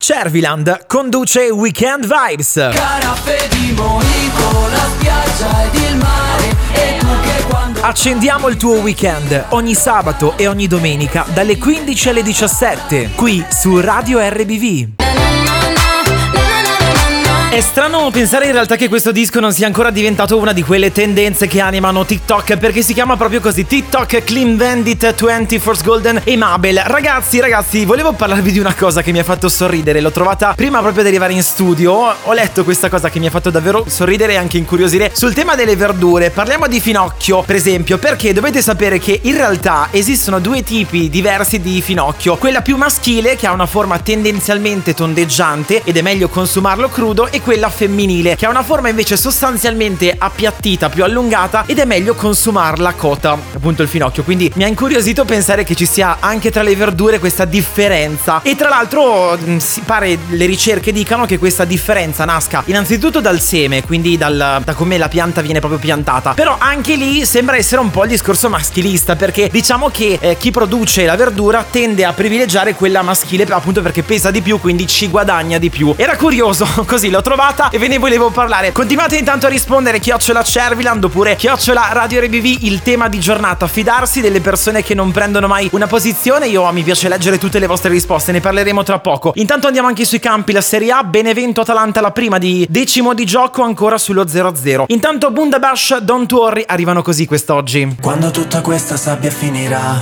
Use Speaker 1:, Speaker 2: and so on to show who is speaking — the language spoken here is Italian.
Speaker 1: Cerviland conduce Weekend Vibes.
Speaker 2: Caraffe di mojito, la spiaggia ed il mare. E tu che quando
Speaker 1: Accendiamo il tuo weekend ogni sabato e ogni domenica dalle 15 alle 17 qui su Radio RBV. È strano pensare in realtà che questo disco non sia ancora diventato una di quelle tendenze che animano TikTok, perché si chiama proprio così, TikTok, Clean Bandit, 20, Force Golden e Mabel. Ragazzi, volevo parlarvi di una cosa che mi ha fatto sorridere. L'ho trovata prima proprio di arrivare in studio. Ho letto questa cosa che mi ha fatto davvero sorridere e anche incuriosire sul tema delle verdure. Parliamo di finocchio, per esempio, perché dovete sapere che in realtà esistono due tipi diversi di finocchio. Quella più maschile, che ha una forma tendenzialmente tondeggiante ed è meglio consumarlo crudo, e quella femminile, che ha una forma invece sostanzialmente appiattita, più allungata, ed è meglio consumarla cota, appunto il finocchio. Quindi mi ha incuriosito pensare che ci sia anche tra le verdure questa differenza. E tra l'altro si pare, le ricerche dicano che questa differenza nasca innanzitutto dal seme, quindi da come la pianta viene proprio piantata. Però anche lì sembra essere un po' il discorso maschilista, perché diciamo che chi produce la verdura tende a privilegiare quella maschile, appunto perché pesa di più, quindi ci guadagna di più. Era curioso, così l'ho trovata e ve ne volevo parlare. Continuate intanto a rispondere @Cerviland oppure @Radio RBV. Il tema di giornata: fidarsi delle persone che non prendono mai una posizione. Mi piace leggere tutte le vostre risposte, ne parleremo tra poco. Intanto andiamo anche sui campi. La Serie A, Benevento-Atalanta, la prima di decimo di gioco, ancora sullo 0-0. Intanto Bundabash, Don't Worry arrivano così quest'oggi.
Speaker 2: Quando tutta questa sabbia finirà,